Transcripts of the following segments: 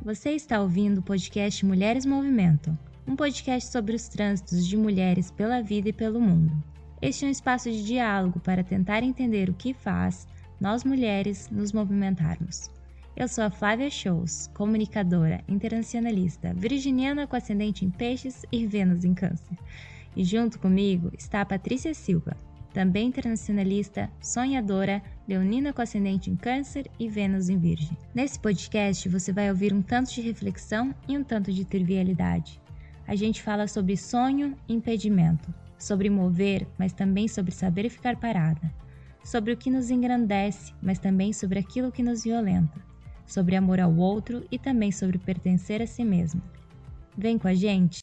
Você está ouvindo o podcast Mulheres Movimento, um podcast sobre os trânsitos de mulheres pela vida e pelo mundo. Este é um espaço de diálogo para tentar entender o que faz nós mulheres nos movimentarmos. Eu sou a Flávia Shows, comunicadora, internacionalista, virginiana com ascendente em Peixes e Vênus em Câncer. E junto comigo está a Patrícia Silva, também internacionalista, sonhadora, leonina com ascendente em Câncer e Vênus em Virgem. Nesse podcast você vai ouvir um tanto de reflexão e um tanto de trivialidade. A gente fala sobre sonho e impedimento, sobre mover, mas também sobre saber ficar parada, sobre o que nos engrandece, mas também sobre aquilo que nos violenta, sobre amor ao outro e também sobre pertencer a si mesmo. Vem com a gente!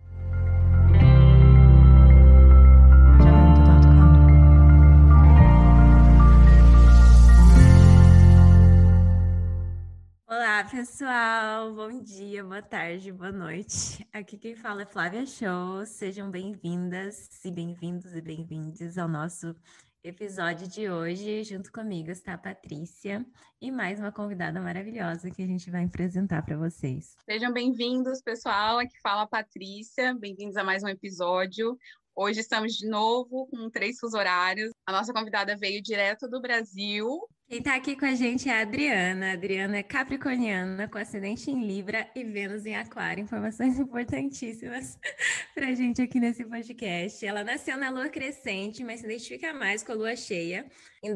Olá, pessoal! Bom dia, boa tarde, boa noite. Aqui quem fala é Flávia Show. Sejam bem-vindas e bem-vindos e bem-vindes ao nosso episódio de hoje. Junto comigo está a Patrícia e mais uma convidada maravilhosa que a gente vai apresentar para vocês. Sejam bem-vindos, pessoal. Aqui fala a Patrícia. Bem-vindos a mais um episódio. Hoje estamos de novo com 3 fusos horários. A nossa convidada veio direto do Brasil. Quem tá aqui com a gente é a Adriana. A Adriana é capricorniana, com ascendente em Libra e Vênus em Aquário. Informações importantíssimas pra gente aqui nesse podcast. Ela nasceu na lua crescente, mas se identifica mais com a lua cheia. Em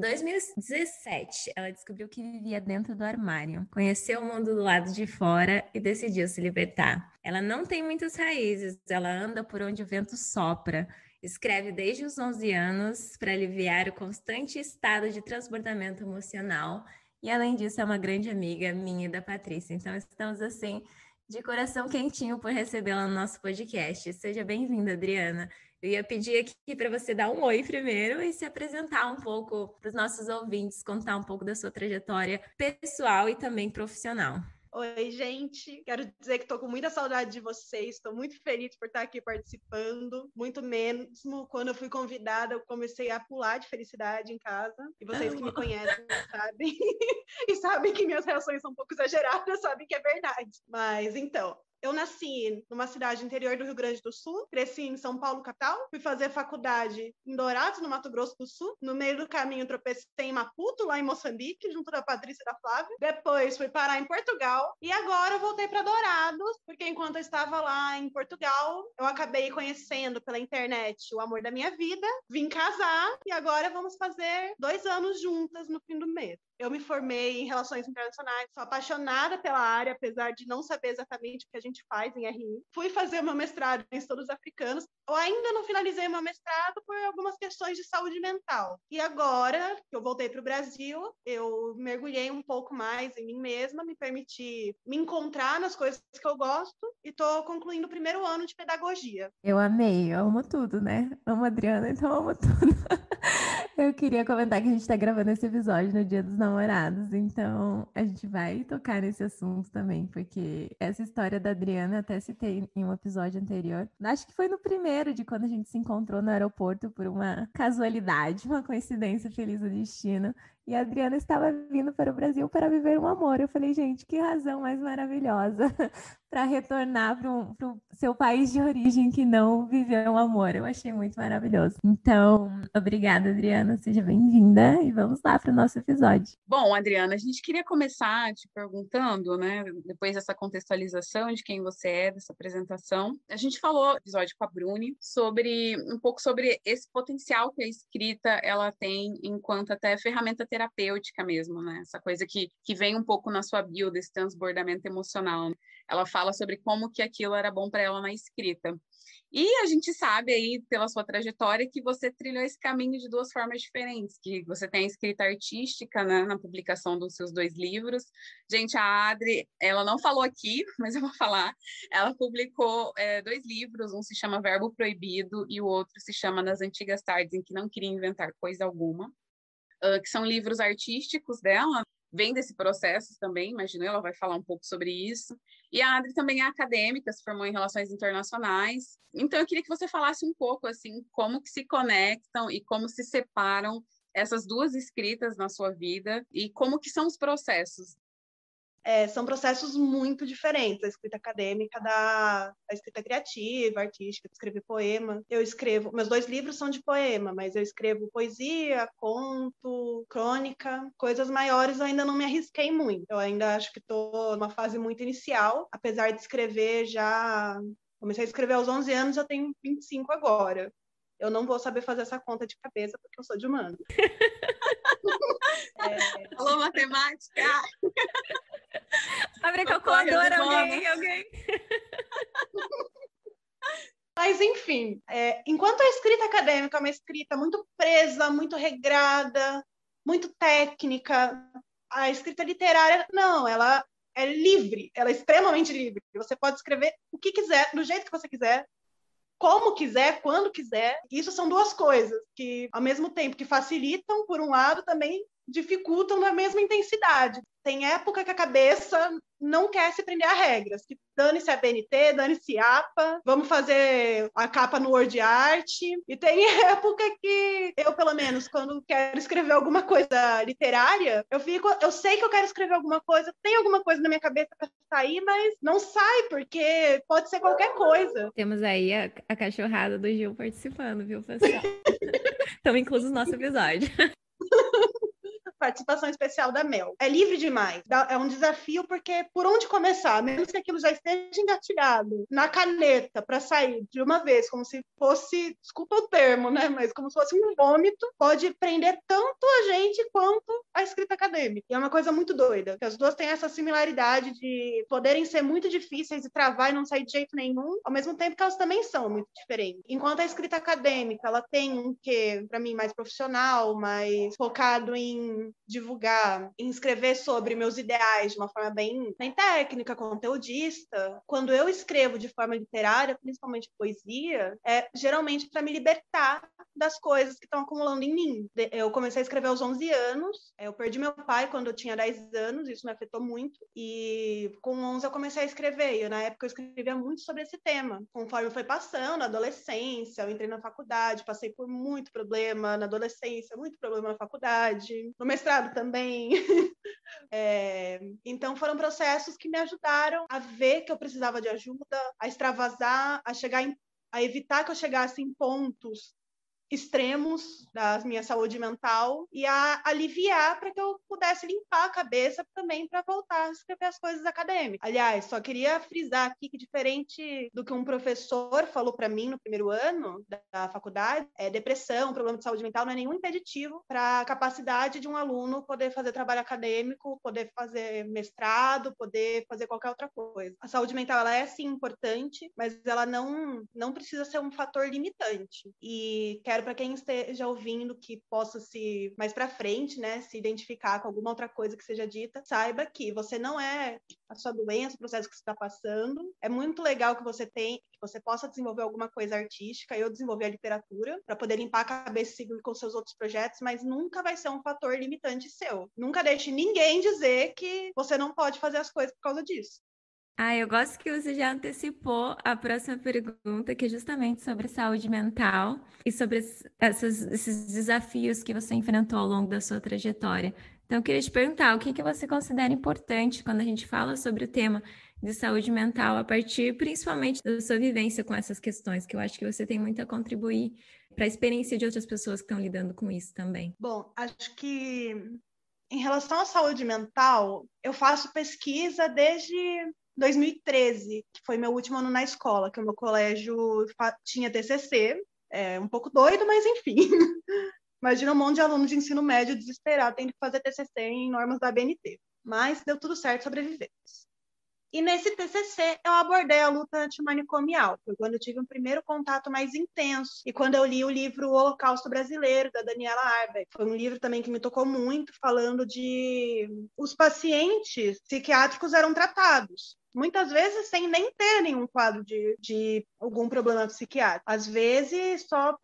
2017, ela descobriu que vivia dentro do armário. Conheceu o mundo do lado de fora e decidiu se libertar. Ela não tem muitas raízes, ela anda por onde o vento sopra. Escreve desde os 11 anos para aliviar o constante estado de transbordamento emocional. E, além disso, é uma grande amiga minha e da Patrícia. Então, estamos, assim, de coração quentinho por recebê-la no nosso podcast. Seja bem-vinda, Adriana. Eu ia pedir aqui para você dar um oi primeiro e se apresentar um pouco para os nossos ouvintes, contar um pouco da sua trajetória pessoal e também profissional. Oi, gente. Quero dizer que estou com muita saudade de vocês. Estou muito feliz por estar aqui participando. Muito mesmo. Quando eu fui convidada, eu comecei a pular de felicidade em casa. E vocês que me conhecem sabem. E sabem que minhas reações são um pouco exageradas, sabem que é verdade. Mas, então... Eu nasci numa cidade interior do Rio Grande do Sul, cresci em São Paulo, capital, fui fazer faculdade em Dourados, no Mato Grosso do Sul. No meio do caminho, tropecei em Maputo, lá em Moçambique, junto da Patrícia e da Flávia. Depois fui parar em Portugal e agora eu voltei para Dourados, porque enquanto eu estava lá em Portugal, eu acabei conhecendo pela internet o amor da minha vida, vim casar e agora vamos fazer 2 anos juntas no fim do mês. Eu me formei em Relações Internacionais, sou apaixonada pela área, apesar de não saber exatamente o que a gente faz em RI. Fui fazer o meu mestrado em Estudos Africanos. Eu ainda não finalizei o meu mestrado por algumas questões de saúde mental. E agora, que eu voltei para o Brasil, eu mergulhei um pouco mais em mim mesma, me permiti me encontrar nas coisas que eu gosto e estou concluindo o 1º ano de pedagogia. Eu amei, eu amo tudo, né? Amo a Adriana, então amo tudo. Eu queria comentar que a gente está gravando esse episódio no Dia dos Namorados, então a gente vai tocar nesse assunto também, porque essa história da Adriana até citei em um episódio anterior. Acho que foi no primeiro, de quando a gente se encontrou no aeroporto por uma casualidade, uma coincidência feliz do destino. E a Adriana estava vindo para o Brasil para viver um amor. Eu falei, gente, que razão mais maravilhosa para retornar para o seu país de origem que não viveu um amor. Eu achei muito maravilhoso. Então, obrigada, Adriana. Seja bem-vinda e vamos lá para o nosso episódio. Bom, Adriana, a gente queria começar te perguntando, né, depois dessa contextualização de quem você é, dessa apresentação. A gente falou no episódio com a Bruni sobre um pouco sobre esse potencial que a escrita ela tem enquanto até ferramenta terapêutica mesmo, né? Essa coisa que vem um pouco na sua bio desse transbordamento emocional. Né? Ela fala sobre como que aquilo era bom para ela na escrita. E a gente sabe aí, pela sua trajetória, que você trilhou esse caminho de 2 formas diferentes, que você tem a escrita artística, né, na publicação dos seus 2 livros. Gente, a Adri, ela não falou aqui, mas eu vou falar, ela publicou 2 livros, um se chama Verbo Proibido e o outro se chama Nas Antigas Tardes, em que não queria inventar coisa alguma, que são livros artísticos dela, vem desse processo também, imagino, ela vai falar um pouco sobre isso. E a Adri também é acadêmica, se formou em Relações Internacionais. Então, eu queria que você falasse um pouco, assim, como que se conectam e como se separam essas 2 escritas na sua vida e como que são os processos. são processos muito diferentes. A escrita acadêmica da escrita criativa, artística, de escrever poema. Eu escrevo, meus 2 livros são de poema, mas eu escrevo poesia, conto, crônica, coisas maiores eu ainda não me arrisquei muito. Eu ainda acho que estou numa fase muito inicial, apesar de escrever já... Comecei a escrever aos 11 anos, eu tenho 25 agora. Eu não vou saber fazer essa conta de cabeça porque eu sou de humanas. Alô, matemática! Abre a calculadora, alguém. Mas, enfim, enquanto a escrita acadêmica é uma escrita muito presa, muito regrada, muito técnica, a escrita literária, não, ela é livre, ela é extremamente livre. Você pode escrever o que quiser, do jeito que você quiser, como quiser, quando quiser. Isso são 2 coisas que, ao mesmo tempo que facilitam, por um lado, também dificultam na mesma intensidade. Tem época que a cabeça não quer se prender a regras. Que dane-se a BNT, dane-se APA, vamos fazer a capa no Word Art. E tem época que eu, pelo menos, quando quero escrever alguma coisa literária, eu sei que eu quero escrever alguma coisa, tem alguma coisa na minha cabeça para sair, mas não sai, porque pode ser qualquer coisa. Temos aí a cachorrada do Gil participando, viu, pessoal? Estão inclusos no nosso episódio. Participação especial da Mel. É livre demais. É um desafio porque por onde começar? Mesmo que aquilo já esteja engatilhado na caneta para sair de uma vez, como se fosse, desculpa o termo, né? Mas como se fosse um vômito, pode prender tanto a gente quanto a escrita acadêmica. E é uma coisa muito doida, que as 2 têm essa similaridade de poderem ser muito difíceis e travar e não sair de jeito nenhum, ao mesmo tempo que elas também são muito diferentes. Enquanto a escrita acadêmica, ela tem um quê, para mim, mais profissional, mais focado em divulgar, em escrever sobre meus ideais de uma forma bem técnica, conteudista. Quando eu escrevo de forma literária, principalmente poesia, é geralmente para me libertar das coisas que estão acumulando em mim. Eu comecei a escrever aos 11 anos, eu perdi meu pai quando eu tinha 10 anos, isso me afetou muito, e com 11 eu comecei a escrever, e na época eu escrevia muito sobre esse tema. Conforme foi passando, a adolescência, eu entrei na faculdade, passei por muito problema na adolescência, muito problema na faculdade, no mestrado também. Então foram processos que me ajudaram a ver que eu precisava de ajuda, a extravasar, a evitar que eu chegasse em pontos extremos da minha saúde mental e a aliviar para que eu pudesse limpar a cabeça também para voltar a escrever as coisas acadêmicas. Aliás, só queria frisar aqui que diferente do que um professor falou para mim no primeiro ano da faculdade, depressão, problema de saúde mental não é nenhum impeditivo para a capacidade de um aluno poder fazer trabalho acadêmico, poder fazer mestrado, poder fazer qualquer outra coisa. A saúde mental ela é sim importante, mas ela não precisa ser um fator limitante. E quero para quem esteja ouvindo que possa mais para frente, né, se identificar com alguma outra coisa que seja dita, saiba que você não é a sua doença, o processo que você está passando. É muito legal que você possa desenvolver alguma coisa artística. Eu desenvolvi a literatura para poder limpar a cabeça e seguir com seus outros projetos, mas nunca vai ser um fator limitante seu. Nunca deixe ninguém dizer que você não pode fazer as coisas por causa disso. Eu gosto que você já antecipou a próxima pergunta, que é justamente sobre saúde mental e sobre esses desafios que você enfrentou ao longo da sua trajetória. Então, eu queria te perguntar, o que você considera importante quando a gente fala sobre o tema de saúde mental, a partir principalmente da sua vivência com essas questões, que eu acho que você tem muito a contribuir para a experiência de outras pessoas que estão lidando com isso também. Bom, acho que em relação à saúde mental, eu faço pesquisa desde 2013, que foi meu último ano na escola, que o meu colégio tinha TCC, um pouco doido, mas enfim. Imagina um monte de alunos de ensino médio desesperado tendo que fazer TCC em normas da ABNT. Mas deu tudo certo, sobrevivemos. E nesse TCC eu abordei a luta antimanicomial, foi quando eu tive um primeiro contato mais intenso. E quando eu li o livro O Holocausto Brasileiro, da Daniela Arbeck. Foi um livro também que me tocou muito, falando de... Os pacientes psiquiátricos eram tratados. Muitas vezes sem nem ter nenhum quadro de algum problema psiquiátrico. Às vezes só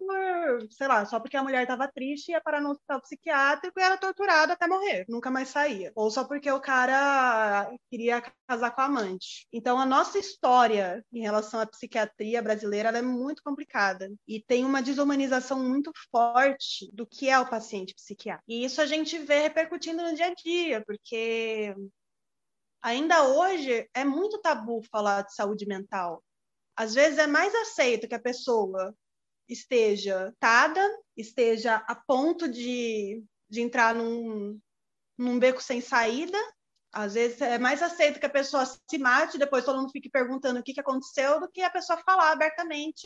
só porque a mulher estava triste, ia parar no hospital psiquiátrico e era torturada até morrer, nunca mais saía. Ou só porque o cara queria casar com a amante. Então a nossa história em relação à psiquiatria brasileira ela é muito complicada e tem uma desumanização muito forte do que é o paciente psiquiátrico. E isso a gente vê repercutindo no dia a dia, porque Ainda hoje é muito tabu falar de saúde mental. Às vezes é mais aceito que a pessoa esteja tada, esteja a ponto de entrar num beco sem saída. Às vezes é mais aceito que a pessoa se mate, depois todo mundo fique perguntando o que aconteceu, do que a pessoa falar abertamente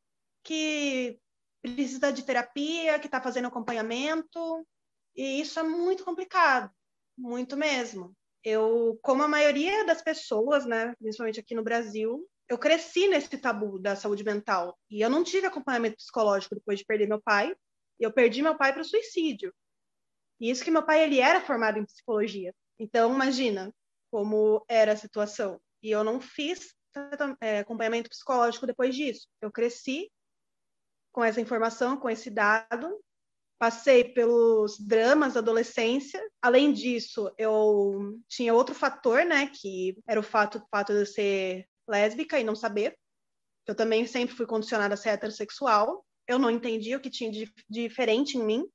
que precisa de terapia, que está fazendo acompanhamento. E isso é muito complicado, muito mesmo. Eu, como a maioria das pessoas, né, principalmente aqui no Brasil, eu cresci nesse tabu da saúde mental. E eu não tive acompanhamento psicológico depois de perder meu pai. Eu perdi meu pai para o suicídio. E isso que meu pai ele era formado em psicologia. Então, imagina como era a situação. E eu não fiz acompanhamento psicológico depois disso. Eu cresci com essa informação, com esse dado, passei pelos dramas da adolescência. Além disso, eu tinha outro fator, né, que era o fato de eu ser lésbica e não saber. Eu também sempre fui condicionada a ser heterossexual. Eu não entendia o que tinha de diferente em mim.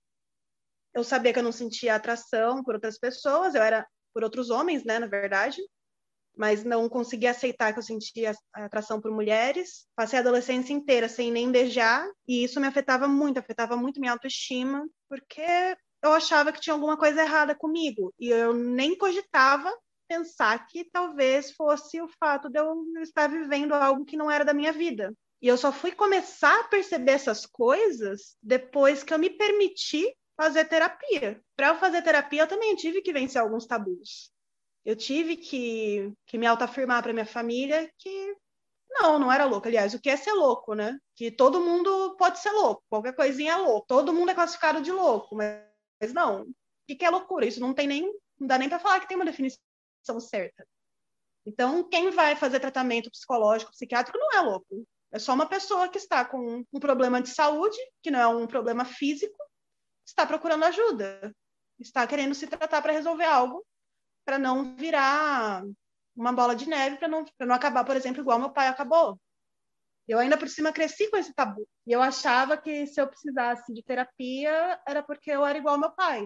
Eu sabia que eu não sentia atração por outras pessoas, eu era por outros homens, né, na verdade, mas não conseguia aceitar que eu sentia atração por mulheres. Passei a adolescência inteira sem nem beijar, e isso me afetava muito minha autoestima, porque eu achava que tinha alguma coisa errada comigo, e eu nem cogitava pensar que talvez fosse o fato de eu estar vivendo algo que não era da minha vida. E eu só fui começar a perceber essas coisas depois que eu me permiti fazer terapia. Para eu fazer terapia, eu também tive que vencer alguns tabus. Eu tive que me autoafirmar para minha família que não era louco. Aliás, o que é ser louco, né? Que todo mundo pode ser louco, qualquer coisinha é louco. Todo mundo é classificado de louco, mas não. O que é loucura? Isso não dá nem para falar que tem uma definição certa. Então, quem vai fazer tratamento psicológico, psiquiátrico, não é louco. É só uma pessoa que está com um problema de saúde, que não é um problema físico, está procurando ajuda, está querendo se tratar para resolver algo, para não virar uma bola de neve, para não acabar, por exemplo, igual meu pai acabou. Eu ainda por cima cresci com esse tabu. E eu achava que se eu precisasse de terapia era porque eu era igual ao meu pai.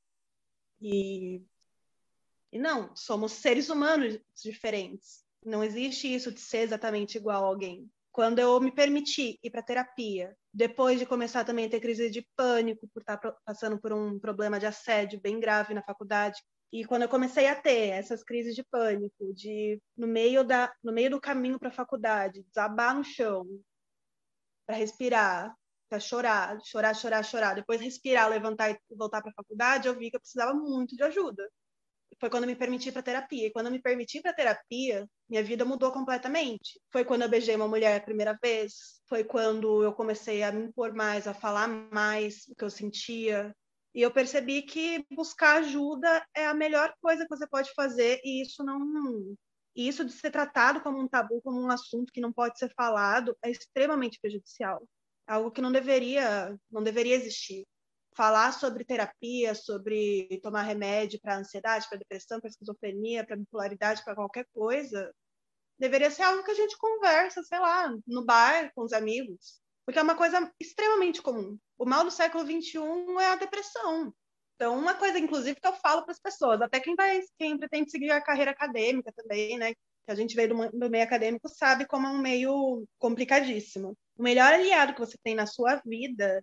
E não, somos seres humanos diferentes. Não existe isso de ser exatamente igual a alguém. Quando eu me permiti ir para terapia, depois de começar também a ter crise de pânico por estar passando por um problema de assédio bem grave na faculdade, e quando eu comecei a ter essas crises de pânico, de no meio do caminho para a faculdade, desabar no chão para respirar, para chorar, depois respirar, levantar e voltar para a faculdade, eu vi que eu precisava muito de ajuda. Foi quando eu me permiti para terapia. E quando eu me permiti para terapia, minha vida mudou completamente. Foi quando eu beijei uma mulher a primeira vez. Foi quando eu comecei a me impor mais, a falar mais o que eu sentia. E eu percebi que buscar ajuda é a melhor coisa que você pode fazer. E isso de ser tratado como um tabu, como um assunto que não pode ser falado, é extremamente prejudicial. Algo que não deveria existir. Falar sobre terapia, sobre tomar remédio para ansiedade, para depressão, para esquizofrenia, para bipolaridade, para qualquer coisa, deveria ser algo que a gente conversa, sei lá, no bar com os amigos, porque é uma coisa extremamente comum. O mal do século XXI é a depressão. Então, uma coisa, inclusive, que eu falo para as pessoas, até quem pretende seguir a carreira acadêmica também, né? Que a gente veio do meio acadêmico, sabe como é um meio complicadíssimo. O melhor aliado que você tem na sua vida,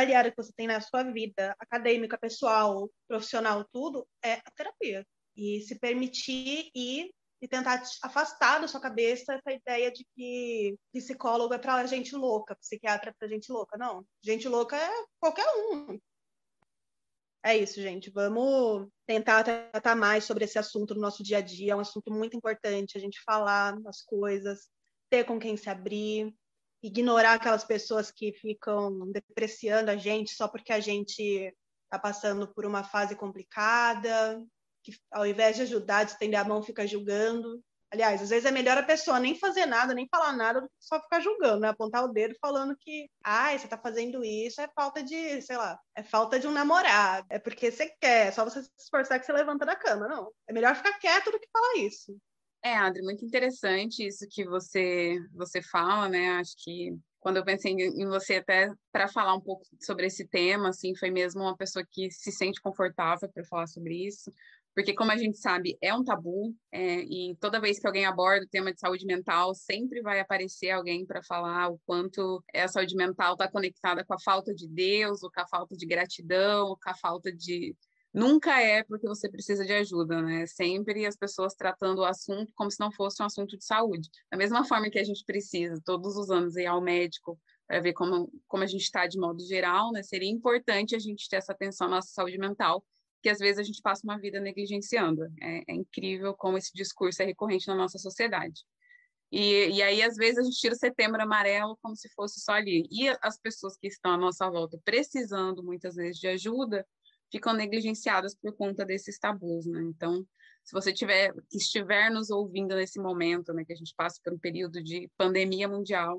acadêmica, pessoal, profissional, tudo, é a terapia. E se permitir ir e tentar afastar da sua cabeça essa ideia de que psicólogo é para gente louca, psiquiatra é para gente louca. Não, gente louca é qualquer um. É isso, gente. Vamos tentar tratar mais sobre esse assunto no nosso dia a dia. É um assunto muito importante, a gente falar as coisas, ter com quem se abrir, ignorar aquelas pessoas que ficam depreciando a gente só porque a gente está passando por uma fase complicada, que ao invés de ajudar, de estender a mão, fica julgando. Aliás, às vezes é melhor a pessoa nem fazer nada, nem falar nada, do que só ficar julgando, né? Apontar o dedo falando que, você tá fazendo isso, é falta de, sei lá, é falta de um namorado, é porque você quer, é só você se esforçar que você levanta da cama. Não, é melhor ficar quieto do que falar isso. Adri, muito interessante isso que você fala, né? Acho que quando eu pensei em você até para falar um pouco sobre esse tema, assim, foi mesmo uma pessoa que se sente confortável para falar sobre isso, porque, como a gente sabe, é um tabu, e toda vez que alguém aborda o tema de saúde mental, sempre vai aparecer alguém para falar o quanto a saúde mental está conectada com a falta de Deus, ou com a falta de gratidão, ou com a falta de... Nunca é porque você precisa de ajuda, né? Sempre as pessoas tratando o assunto como se não fosse um assunto de saúde. Da mesma forma que a gente precisa, todos os anos, ir ao médico para ver como a gente está de modo geral, né? Seria importante a gente ter essa atenção à nossa saúde mental, que às vezes a gente passa uma vida negligenciando. É incrível como esse discurso é recorrente na nossa sociedade. E aí, às vezes, a gente tira o setembro amarelo como se fosse só ali. E as pessoas que estão à nossa volta precisando, muitas vezes, de ajuda, ficam negligenciadas por conta desses tabus, né? Então, se você estiver nos ouvindo nesse momento, né, que a gente passa por um período de pandemia mundial,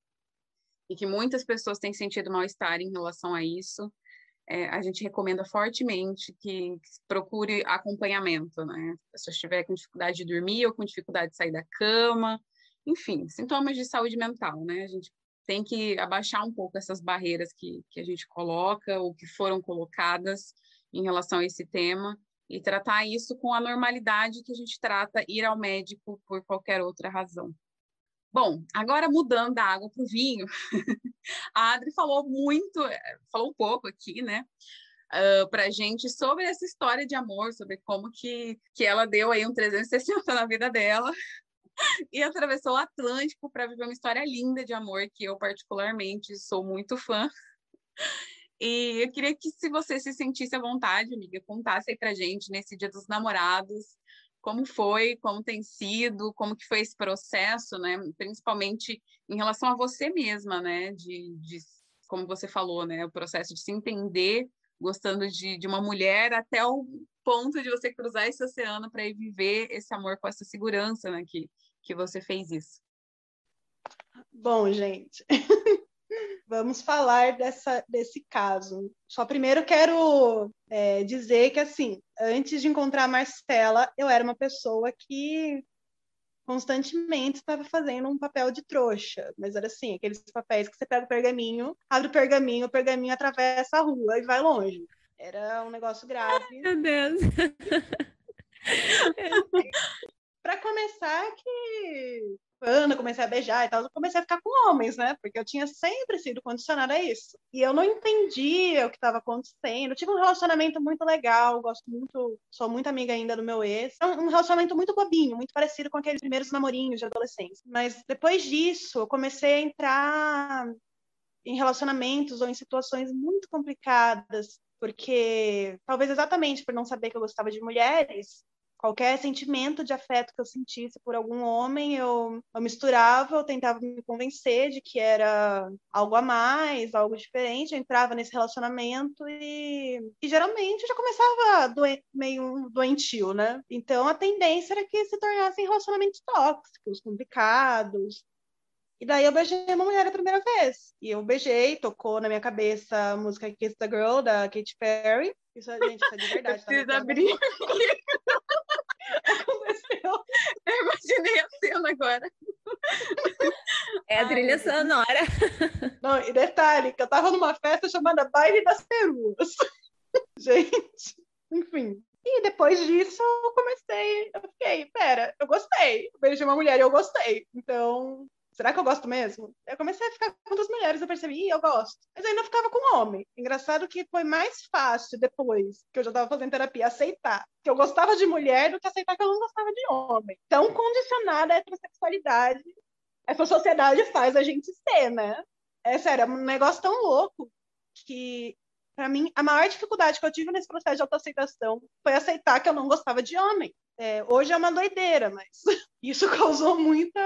e que muitas pessoas têm sentido mal-estar em relação a isso, a gente recomenda fortemente que procure acompanhamento, né? Se a pessoa estiver com dificuldade de dormir ou com dificuldade de sair da cama, enfim, sintomas de saúde mental, né? A gente tem que abaixar um pouco essas barreiras que a gente coloca ou que foram colocadas em relação a esse tema e tratar isso com a normalidade que a gente trata ir ao médico por qualquer outra razão. Bom, agora mudando da água para o vinho, a Adri falou um pouco aqui, né, para a gente sobre essa história de amor, sobre como que ela deu aí um 360 na vida dela e atravessou o Atlântico para viver uma história linda de amor, que eu particularmente sou muito fã. E eu queria que, se você se sentisse à vontade, amiga, contasse aí pra gente nesse Dia dos Namorados, como foi, como tem sido, como que foi esse processo, né? Principalmente em relação a você mesma, né? Como você falou, né? O processo de se entender, gostando de uma mulher, até o ponto de você cruzar esse oceano para ir viver esse amor com essa segurança, né? Que você fez isso. Bom, gente, vamos falar desse caso. Só primeiro quero dizer que, assim, antes de encontrar a Marcela, eu era uma pessoa que constantemente estava fazendo um papel de trouxa. Mas era assim, aqueles papéis que você pega o pergaminho, abre o pergaminho atravessa a rua e vai longe. Era um negócio grave. Meu Deus! Para começar, que quando eu comecei a beijar e tal, eu comecei a ficar com homens, né? Porque eu tinha sempre sido condicionada a isso. E eu não entendia o que estava acontecendo. Eu tive um relacionamento muito legal, sou muito amiga ainda do meu ex. Um relacionamento muito bobinho, muito parecido com aqueles primeiros namorinhos de adolescência. Mas depois disso, eu comecei a entrar em relacionamentos ou em situações muito complicadas, porque talvez exatamente por não saber que eu gostava de mulheres, qualquer sentimento de afeto que eu sentisse por algum homem, eu misturava, eu tentava me convencer de que era algo a mais, algo diferente, eu entrava nesse relacionamento e geralmente eu já começava meio doentio, né? Então a tendência era que se tornassem relacionamentos tóxicos, complicados. E daí eu beijei uma mulher a primeira vez. E eu beijei, tocou na minha cabeça a música Kiss the Girl, da Katy Perry. Isso, gente, isso é de verdade. Eu preciso abrir. Aconteceu. Eu imaginei a cena agora. É a trilha sonora. Não, e detalhe, que eu tava numa festa chamada Baile das Peruas. Gente, enfim. E depois disso eu fiquei, pera, eu gostei. Eu beijei uma mulher e eu gostei. Então, será que eu gosto mesmo? Eu comecei a ficar com outras mulheres, eu percebi, eu gosto. Mas ainda ficava com homem. Engraçado que foi mais fácil depois, que eu já estava fazendo terapia, aceitar que eu gostava de mulher do que aceitar que eu não gostava de homem. Tão condicionada a heterossexualidade, essa sociedade faz a gente ser, né? É sério, é um negócio tão louco que, para mim, a maior dificuldade que eu tive nesse processo de autoaceitação foi aceitar que eu não gostava de homem. Hoje é uma doideira, mas isso causou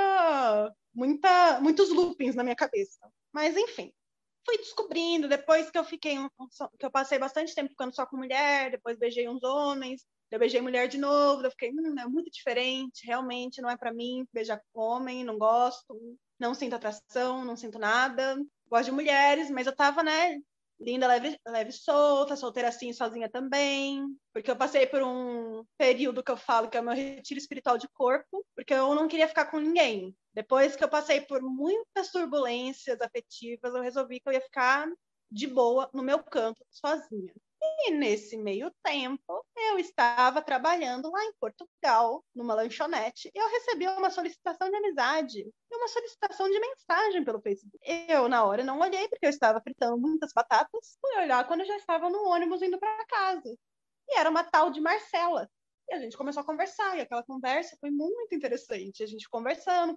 muitos loopings na minha cabeça. Mas, enfim, fui descobrindo, depois que que eu passei bastante tempo ficando só com mulher, depois beijei uns homens, eu beijei mulher de novo, eu fiquei, é muito diferente, realmente não é para mim beijar com homem, não gosto, não sinto atração, não sinto nada, gosto de mulheres, mas eu tava, né, linda, leve, solta, solteira assim, sozinha também, porque eu passei por um período que eu falo que é o meu retiro espiritual de corpo, porque eu não queria ficar com ninguém. Depois que eu passei por muitas turbulências afetivas, eu resolvi que eu ia ficar de boa no meu canto, sozinha. E nesse meio tempo, eu estava trabalhando lá em Portugal, numa lanchonete, e eu recebi uma solicitação de amizade e uma solicitação de mensagem pelo Facebook. Eu, na hora, não olhei, porque eu estava fritando muitas batatas. Fui olhar quando eu já estava no ônibus indo para casa. E era uma tal de Marcela. E a gente começou a conversar, e aquela conversa foi muito interessante. A gente conversando.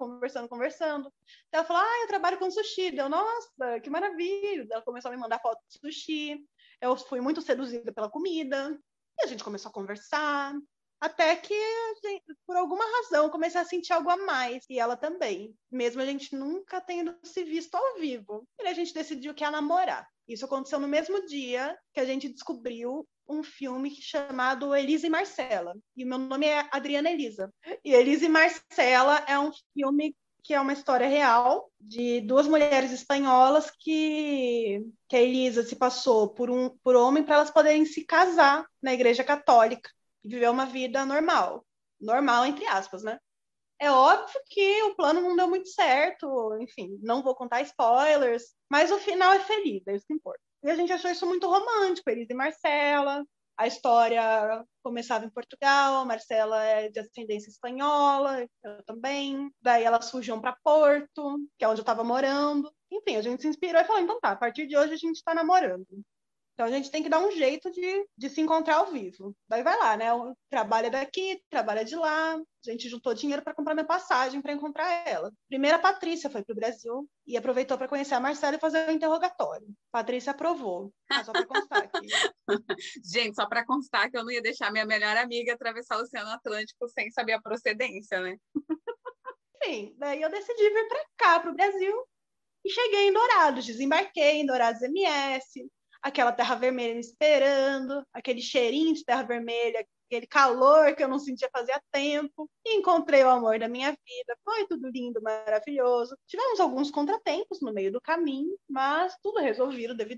Ela falou, eu trabalho com sushi. Eu, nossa, que maravilha. Ela começou a me mandar foto de sushi. Eu fui muito seduzida pela comida. E a gente começou a conversar. Até que, por alguma razão, eu comecei a sentir algo a mais. E ela também. Mesmo a gente nunca tendo se visto ao vivo. E a gente decidiu que ia namorar. Isso aconteceu no mesmo dia que a gente descobriu um filme chamado Elisa e Marcela. E o meu nome é Adriana Elisa. E Elisa e Marcela é um filme que é uma história real de duas mulheres espanholas que a Elisa se passou por homem para elas poderem se casar na Igreja Católica e viver uma vida normal. Normal, entre aspas, né? É óbvio que o plano não deu muito certo, enfim, não vou contar spoilers, mas o final é feliz, é isso que importa. E a gente achou isso muito romântico, Elisa e Marcela. A história começava em Portugal, a Marcela é de ascendência espanhola, eu também. Daí elas fugiam para Porto, que é onde eu estava morando. Enfim, a gente se inspirou e falou, então tá, a partir de hoje a gente está namorando. Então a gente tem que dar um jeito de se encontrar ao vivo. Daí vai lá, né? Trabalha daqui, trabalha de lá. A gente juntou dinheiro para comprar minha passagem para encontrar ela. Primeiro a Patrícia foi para o Brasil e aproveitou para conhecer a Marcela e fazer o interrogatório. Patrícia aprovou. Só para constar aqui. Gente, só para constar que eu não ia deixar minha melhor amiga atravessar o Oceano Atlântico sem saber a procedência, né? Enfim, daí eu decidi vir para cá, para o Brasil, e cheguei em Dourados, desembarquei em Dourados MS, aquela terra vermelha me esperando, aquele cheirinho de terra vermelha, aquele calor que eu não sentia fazia tempo, e encontrei o amor da minha vida, foi tudo lindo, maravilhoso. Tivemos alguns contratempos no meio do caminho, mas tudo resolvido devido...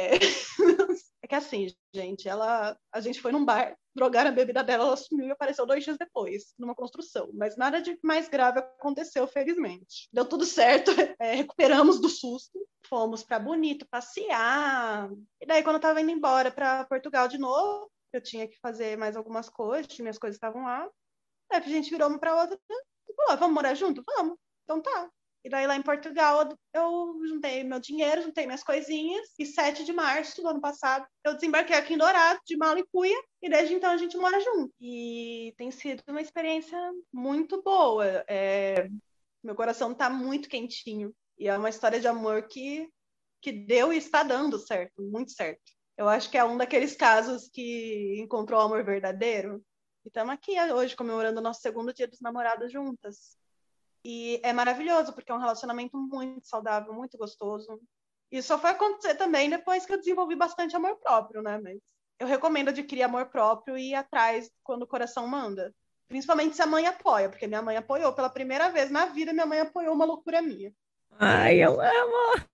É que assim, gente, a gente foi num bar, drogaram a bebida dela, ela sumiu e apareceu 2 dias depois, numa construção. Mas nada de mais grave aconteceu, felizmente. Deu tudo certo, recuperamos do susto, fomos para Bonito passear. E daí, quando eu tava indo embora para Portugal de novo, eu tinha que fazer mais algumas coisas, minhas coisas estavam lá. Aí a gente virou uma para outra e falou, vamos morar junto? Vamos. Então tá. E daí lá em Portugal eu juntei meu dinheiro, juntei minhas coisinhas, e 7 de março do ano passado eu desembarquei aqui em Dourados, de mala e cuia, e desde então a gente mora junto. E tem sido uma experiência muito boa. Meu coração tá muito quentinho. E é uma história de amor que deu e está dando certo, muito certo. Eu acho que é um daqueles casos que encontrou o amor verdadeiro. E estamos aqui hoje comemorando o nosso 2º dia dos namorados juntas. E é maravilhoso, porque é um relacionamento muito saudável, muito gostoso. E só foi acontecer também depois que eu desenvolvi bastante amor próprio, né? Mas eu recomendo adquirir amor próprio e ir atrás quando o coração manda. Principalmente se a mãe apoia, porque minha mãe apoiou. Pela primeira vez na vida, minha mãe apoiou uma loucura minha. Ai, eu amo!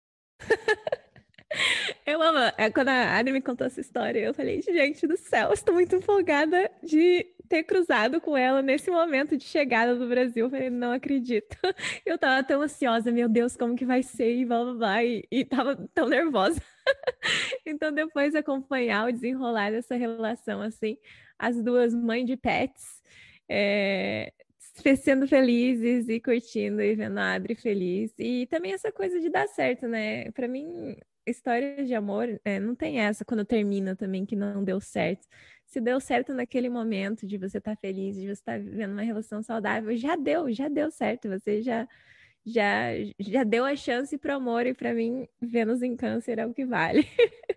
Eu amo. Quando a Adri me contou essa história, eu falei, gente do céu, estou muito empolgada de ter cruzado com ela nesse momento de chegada do Brasil. Eu falei, não acredito. Eu tava tão ansiosa, meu Deus, como que vai ser? E blá blá blá, e tava tão nervosa. Então, depois acompanhar o desenrolar dessa relação, assim, as duas mães de pets, sendo felizes e curtindo e vendo a Adri feliz. E também essa coisa de dar certo, né? Pra mim, história de amor, não tem essa quando termina também que não deu certo. Se deu certo naquele momento de você estar feliz, de você estar vivendo uma relação saudável, já deu certo. Você já deu a chance para o amor, e para mim, Vênus em Câncer é o que vale.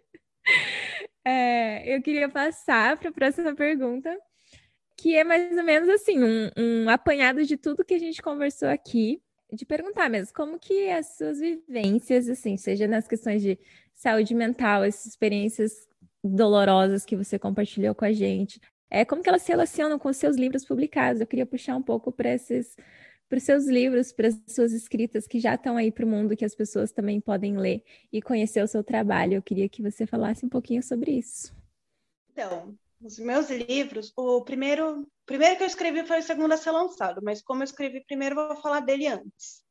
Eu queria passar para a próxima pergunta, que é mais ou menos assim, um apanhado de tudo que a gente conversou aqui, de perguntar mesmo, como que as suas vivências, assim, seja nas questões de saúde mental, essas experiências dolorosas que você compartilhou com a gente, como que elas se relacionam com os seus livros publicados? Eu queria puxar um pouco para os seus livros, para as suas escritas que já estão aí para o mundo, que as pessoas também podem ler e conhecer o seu trabalho. Eu queria que você falasse um pouquinho sobre isso. Então, os meus livros, o primeiro que eu escrevi foi o segundo a ser lançado, mas como eu escrevi primeiro, eu vou falar dele antes.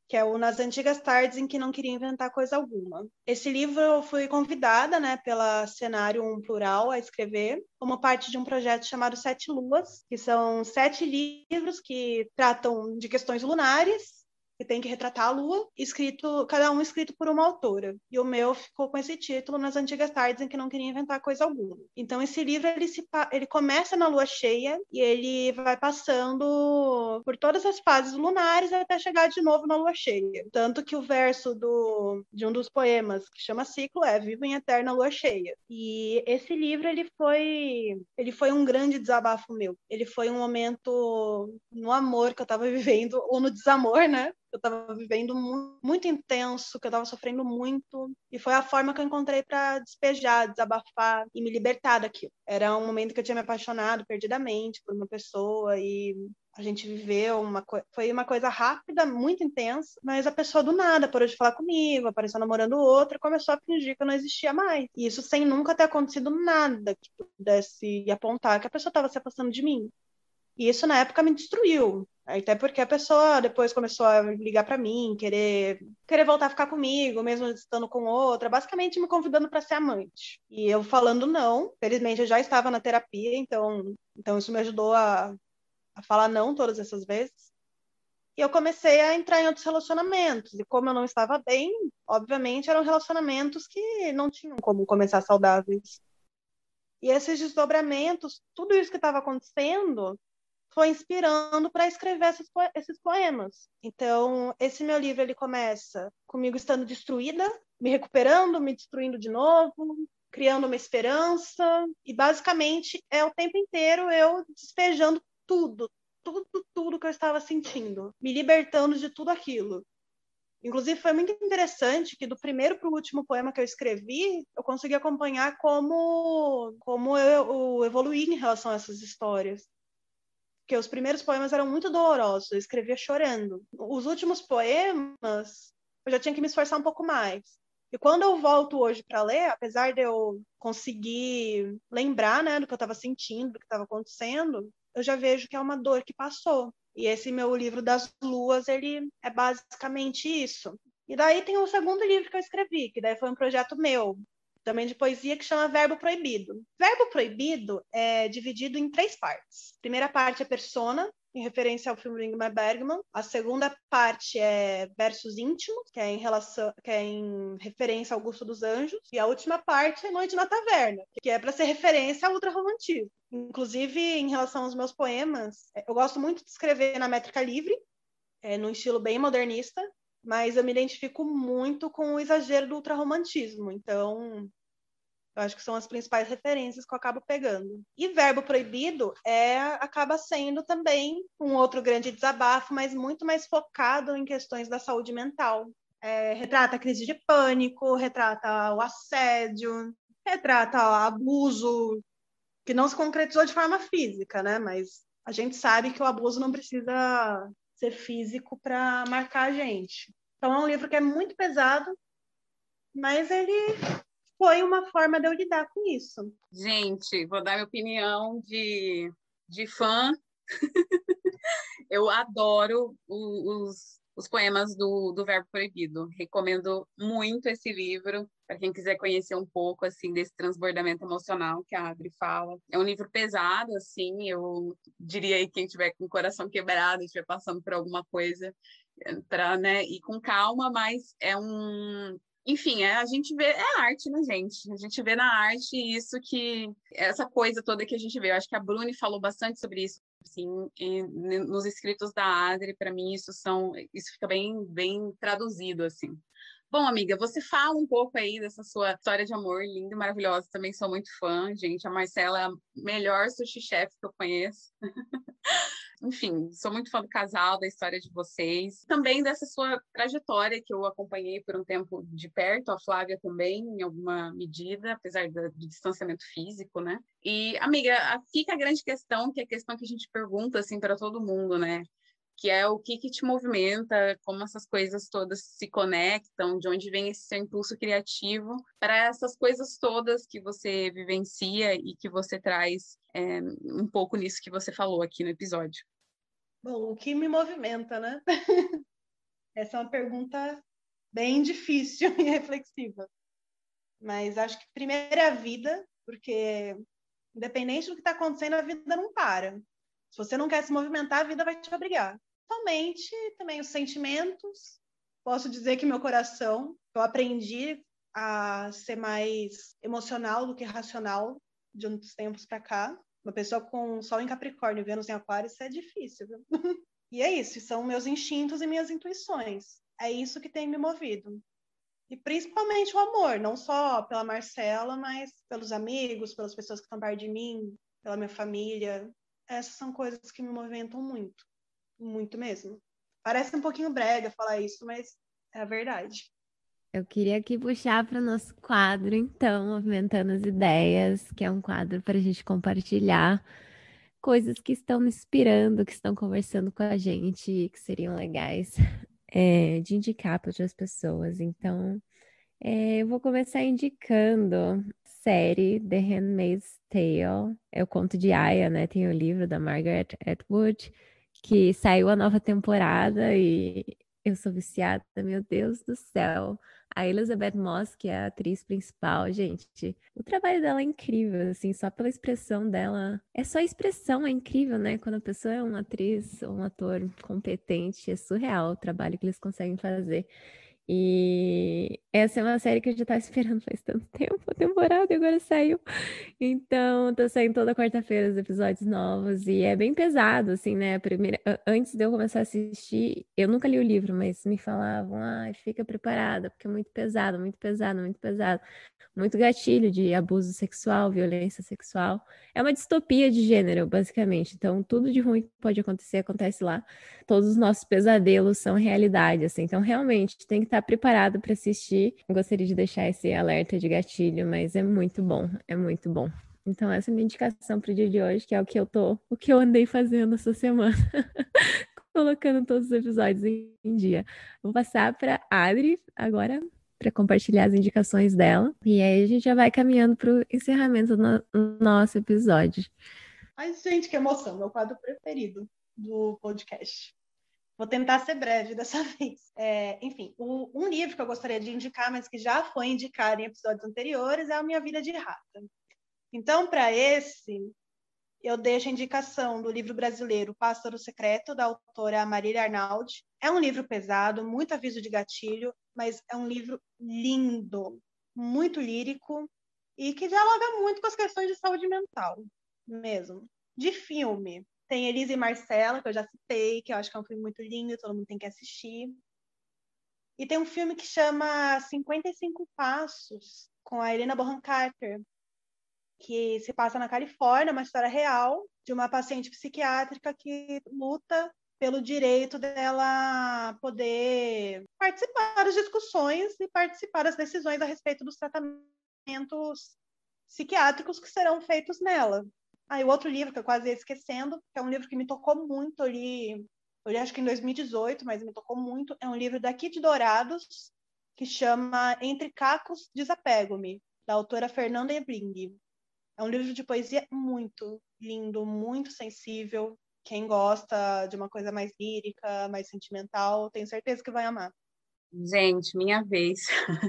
que é o Nas Antigas Tardes em que Não Queria Inventar Coisa Alguma. Esse livro eu fui convidada, né, pela Cenário Plural a escrever, como parte de um projeto chamado Sete Luas, que são 7 livros que tratam de questões lunares, que tem que retratar a Lua, cada um escrito por uma autora. E o meu ficou com esse título, Nas Antigas Tardes em que Não Queria Inventar Coisa Alguma. Então, esse livro, ele começa na lua cheia e ele vai passando por todas as fases lunares até chegar de novo na lua cheia. Tanto que o verso de um dos poemas, que chama Ciclo, é Vivo em Eterna Lua Cheia. E esse livro, ele foi um grande desabafo meu. Ele foi um momento no amor que eu estava vivendo, ou no desamor, né? Eu estava vivendo muito intenso, que eu estava sofrendo muito, e foi a forma que eu encontrei para despejar, desabafar e me libertar daquilo. Era um momento que eu tinha me apaixonado perdidamente por uma pessoa e a gente viveu foi uma coisa rápida, muito intensa, mas a pessoa do nada parou de falar comigo, apareceu namorando outra, começou a fingir que eu não existia mais. E isso sem nunca ter acontecido nada que pudesse apontar que a pessoa estava se afastando de mim. E isso na época me destruiu. Até porque a pessoa depois começou a ligar para mim, querer voltar a ficar comigo, mesmo estando com outra, basicamente me convidando para ser amante. E eu falando não. Felizmente eu já estava na terapia, então isso me ajudou a falar não todas essas vezes. E eu comecei a entrar em outros relacionamentos. E como eu não estava bem, obviamente eram relacionamentos que não tinham como começar saudáveis. E esses desdobramentos, tudo isso que estava acontecendo, foi inspirando para escrever esses poemas. Então, esse meu livro ele começa comigo estando destruída, me recuperando, me destruindo de novo, criando uma esperança, e basicamente é o tempo inteiro eu despejando tudo que eu estava sentindo, me libertando de tudo aquilo. Inclusive, foi muito interessante que do primeiro para o último poema que eu escrevi, eu consegui acompanhar como eu evoluí em relação a essas histórias. Porque os primeiros poemas eram muito dolorosos, eu escrevia chorando. Os últimos poemas, eu já tinha que me esforçar um pouco mais. E quando eu volto hoje para ler, apesar de eu conseguir lembrar, né, do que eu estava sentindo, do que estava acontecendo, eu já vejo que é uma dor que passou. E esse meu livro das luas, ele é basicamente isso. E daí tem o segundo livro que eu escrevi, que daí foi um projeto meu, também de poesia, que chama Verbo Proibido. Verbo Proibido é dividido em 3 partes. A primeira parte é Persona, em referência ao filme do Ingmar Bergman. A segunda parte é Versos Íntimos, que é em referência ao Augusto dos Anjos. E a última parte é Noite na Taverna, que é para ser referência ao ultrarromantismo. Inclusive, em relação aos meus poemas, eu gosto muito de escrever na métrica livre, num estilo bem modernista, mas eu me identifico muito com o exagero do ultrarromantismo. Então, eu acho que são as principais referências que eu acabo pegando. E Verbo Proibido acaba sendo também um outro grande desabafo, mas muito mais focado em questões da saúde mental. Retrata a crise de pânico, retrata o assédio, retrata o abuso, que não se concretizou de forma física, né? Mas a gente sabe que o abuso não precisa ser físico para marcar a gente. Então é um livro que é muito pesado, mas ele foi uma forma de eu lidar com isso. Gente, vou dar minha opinião de fã. Eu adoro os poemas do Verbo Proibido. Recomendo muito esse livro para quem quiser conhecer um pouco assim desse transbordamento emocional que a Adri fala. É um livro pesado, assim, eu diria aí quem tiver com o coração quebrado, estiver passando por alguma coisa, para, né, ir com calma, mas enfim, a gente vê, é arte, né, gente? A gente vê na arte isso essa coisa toda que a gente vê. Eu acho que a Bruni falou bastante sobre isso, assim, nos escritos da Adri, para mim isso fica bem traduzido, assim. Bom, amiga, você fala um pouco aí dessa sua história de amor linda e maravilhosa. Também sou muito fã, gente. A Marcela é a melhor sushi chef que eu conheço. Enfim, sou muito fã do casal, da história de vocês. Também dessa sua trajetória que eu acompanhei por um tempo de perto, a Flávia também, em alguma medida, apesar do distanciamento físico, né? E, amiga, fica a grande questão, que é a questão que a gente pergunta, assim, para todo mundo, né? Que é o que te movimenta, como essas coisas todas se conectam, de onde vem esse seu impulso criativo para essas coisas todas que você vivencia e que você traz um pouco nisso que você falou aqui no episódio. Bom, o que me movimenta, né? Essa é uma pergunta bem difícil e reflexiva. Mas acho que primeiro é a vida, porque independente do que está acontecendo, a vida não para. Se você não quer se movimentar, a vida vai te obrigar. Somente também os sentimentos. Posso dizer que meu coração, eu aprendi a ser mais emocional do que racional de uns tempos para cá. Uma pessoa com Sol em Capricórnio, Vênus em Aquário, isso é difícil, viu? E é isso, são meus instintos e minhas intuições. É isso que tem me movido. E principalmente o amor, não só pela Marcela, mas pelos amigos, pelas pessoas que estão perto de mim, pela minha família. Essas são coisas que me movimentam muito, muito mesmo. Parece um pouquinho brega falar isso, mas é a verdade. Eu queria aqui puxar para o nosso quadro, então, Movimentando as Ideias, que é um quadro para a gente compartilhar coisas que estão me inspirando, que estão conversando com a gente, que seriam legais de indicar para outras pessoas. Então, eu vou começar indicando série The Handmaid's Tale. É o conto de Aya, né? Tem o livro da Margaret Atwood, que saiu a nova temporada e eu sou viciada, meu Deus do céu. A Elizabeth Moss, que é a atriz principal, gente, o trabalho dela é incrível, assim, só pela expressão dela. É só a expressão, é incrível, né? Quando a pessoa é uma atriz ou um ator competente, é surreal o trabalho que eles conseguem fazer. E essa é uma série que eu já tava esperando faz tanto tempo, a temporada, e agora saiu. Então, tá saindo toda quarta-feira os episódios novos e é bem pesado, assim, né? Antes de eu começar a assistir, eu nunca li o livro, mas me falavam, fica preparada, porque é muito pesado, muito pesado, muito pesado. Muito gatilho de abuso sexual, violência sexual. É uma distopia de gênero, basicamente. Então, tudo de ruim que pode acontecer, acontece lá. Todos os nossos pesadelos são realidade, assim. Então, realmente, tem que estar preparado para assistir. Gostaria de deixar esse alerta de gatilho, mas é muito bom, é muito bom. Então, essa é a minha indicação para o dia de hoje, que é o que eu andei fazendo essa semana. Colocando todos os episódios em dia. Vou passar para Adri agora para compartilhar as indicações dela. E aí a gente já vai caminhando para o encerramento do nosso episódio. Ai, gente, que emoção, meu quadro preferido do podcast. Vou tentar ser breve dessa vez. Enfim, um livro que eu gostaria de indicar, mas que já foi indicado em episódios anteriores, é A Minha Vida de Rata. Então, para esse, eu deixo a indicação do livro brasileiro Pássaro Secreto, da autora Marília Arnaldi. É um livro pesado, muito aviso de gatilho, mas é um livro lindo, muito lírico e que dialoga muito com as questões de saúde mental mesmo. De filme, tem Elisa e Marcela, que eu já citei, que eu acho que é um filme muito lindo, todo mundo tem que assistir. E tem um filme que chama 55 Passos, com a Helena Bonham Carter, que se passa na Califórnia, uma história real de uma paciente psiquiátrica que luta pelo direito dela poder participar das discussões e participar das decisões a respeito dos tratamentos psiquiátricos que serão feitos nela. E o outro livro que eu quase ia esquecendo, que é um livro que me tocou muito, eu li acho que em 2018, mas me tocou muito, é um livro daqui de Dourados, que chama Entre Cacos, Desapego-me, da autora Fernanda Ebling. É um livro de poesia muito lindo, muito sensível. Quem gosta de uma coisa mais lírica, mais sentimental, tenho certeza que vai amar. Gente, minha vez.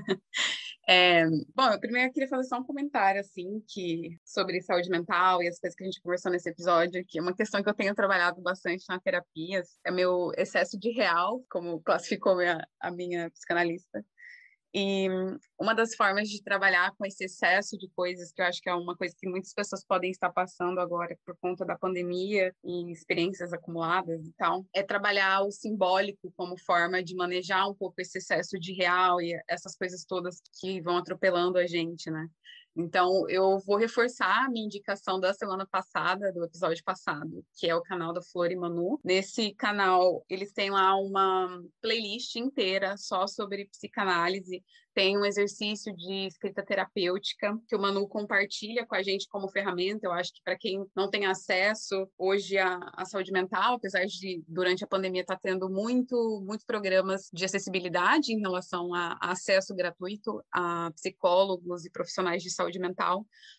Bom, eu primeiro queria fazer só um comentário, assim, sobre saúde mental e as coisas que a gente conversou nesse episódio, que é uma questão que eu tenho trabalhado bastante na terapia, é meu excesso de real, como classificou a minha psicanalista. E uma das formas de trabalhar com esse excesso de coisas, que eu acho que é uma coisa que muitas pessoas podem estar passando agora por conta da pandemia e experiências acumuladas e tal, é trabalhar o simbólico como forma de manejar um pouco esse excesso de real e essas coisas todas que vão atropelando a gente, né? Então, eu vou reforçar a minha indicação da semana passada, do episódio passado, que é o canal da Flor e Manu. Nesse canal, eles têm lá uma playlist inteira só sobre psicanálise. Tem um exercício de escrita terapêutica que o Manu compartilha com a gente como ferramenta. Eu acho que para quem não tem acesso hoje à saúde mental, apesar de durante a pandemia estar tendo muitos programas de acessibilidade em relação a acesso gratuito a psicólogos e profissionais de saúde mental,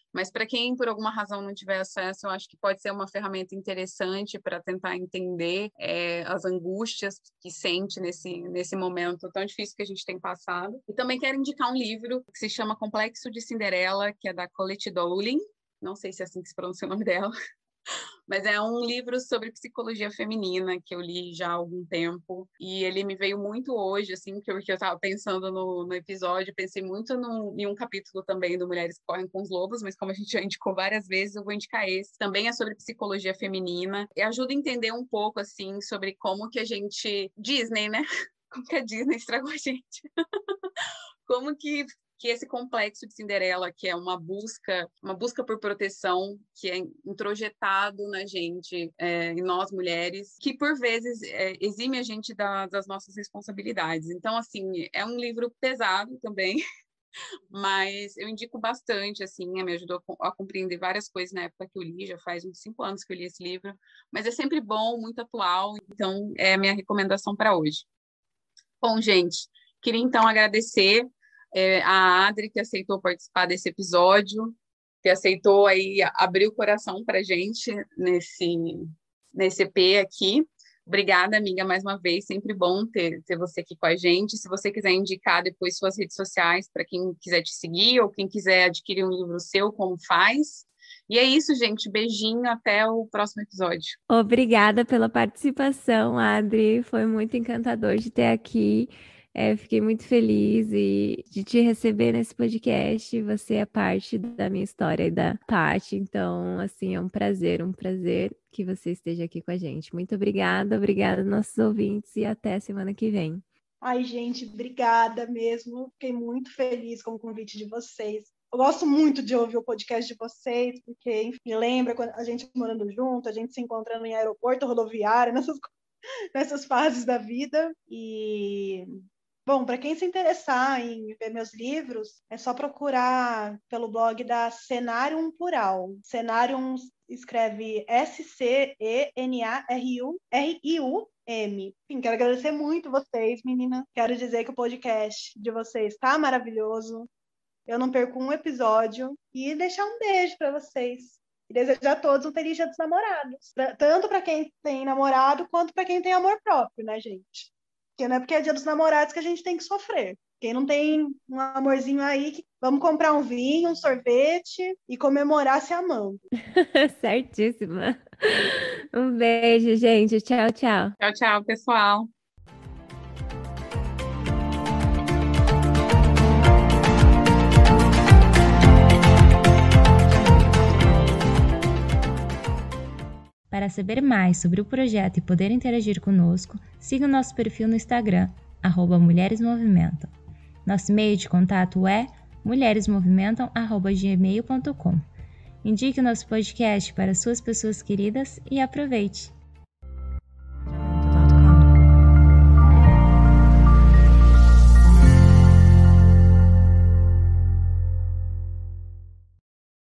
Mas para quem, por alguma razão, não tiver acesso, eu acho que pode ser uma ferramenta interessante para tentar entender as angústias que sente nesse momento tão difícil que a gente tem passado. E também quero indicar um livro que se chama Complexo de Cinderela, que é da Colette Dowling. Não sei se é assim que se pronuncia o nome dela. Mas é um livro sobre psicologia feminina que eu li já há algum tempo e ele me veio muito hoje, assim, porque eu estava pensando no episódio, pensei muito em um capítulo também do Mulheres que Correm com os Lobos, mas como a gente já indicou várias vezes, eu vou indicar esse. Também é sobre psicologia feminina e ajuda a entender um pouco, assim, sobre como que a gente... Disney, né? Como que a Disney estragou a gente. Como que esse complexo de Cinderela, que é uma busca por proteção, que é introjetado na gente, em nós mulheres, que por vezes exime a gente das nossas responsabilidades. Então, assim, é um livro pesado também, mas eu indico bastante, assim, me ajudou a compreender várias coisas na época que eu li, já faz uns 5 anos que eu li esse livro, mas é sempre bom, muito atual, então é a minha recomendação para hoje. Bom, gente, queria então agradecer a Adri, que aceitou participar desse episódio, que aceitou aí abrir o coração para a gente nesse EP aqui. Obrigada, amiga, mais uma vez. Sempre bom ter você aqui com a gente. Se você quiser indicar depois suas redes sociais para quem quiser te seguir ou quem quiser adquirir um livro seu, como faz. E é isso, gente. Beijinho, até o próximo episódio. Obrigada pela participação, Adri. Foi muito encantador de ter aqui. Fiquei muito feliz de te receber nesse podcast. Você é parte da minha história e da Paty. Então, assim, é um prazer que você esteja aqui com a gente. Muito obrigada nossos ouvintes, e até a semana que vem. Ai, gente, obrigada mesmo. Fiquei muito feliz com o convite de vocês. Eu gosto muito de ouvir o podcast de vocês, porque, enfim, lembra quando a gente morando junto, a gente se encontrando em aeroporto, rodoviária, nessas fases da vida. E... Bom, para quem se interessar em ver meus livros, é só procurar pelo blog da Cenarium Plural. Cenarium escreve Cenarium. Enfim, quero agradecer muito vocês, meninas. Quero dizer que o podcast de vocês está maravilhoso. Eu não perco um episódio. E deixar um beijo para vocês. E desejar a todos um feliz Dia dos Namorados. Tanto para quem tem namorado, quanto para quem tem amor próprio, né, gente? Porque não é porque é Dia dos Namorados que a gente tem que sofrer. Quem não tem um amorzinho aí, vamos comprar um vinho, um sorvete e comemorar se amando. Certíssima. Um beijo, gente. Tchau, tchau. Tchau, tchau, pessoal. Para saber mais sobre o projeto e poder interagir conosco, siga o nosso perfil no Instagram, @mulheresmovimentam. Nosso e-mail de contato é mulheresmovimentam@gmail.com. Indique o nosso podcast para suas pessoas queridas e aproveite!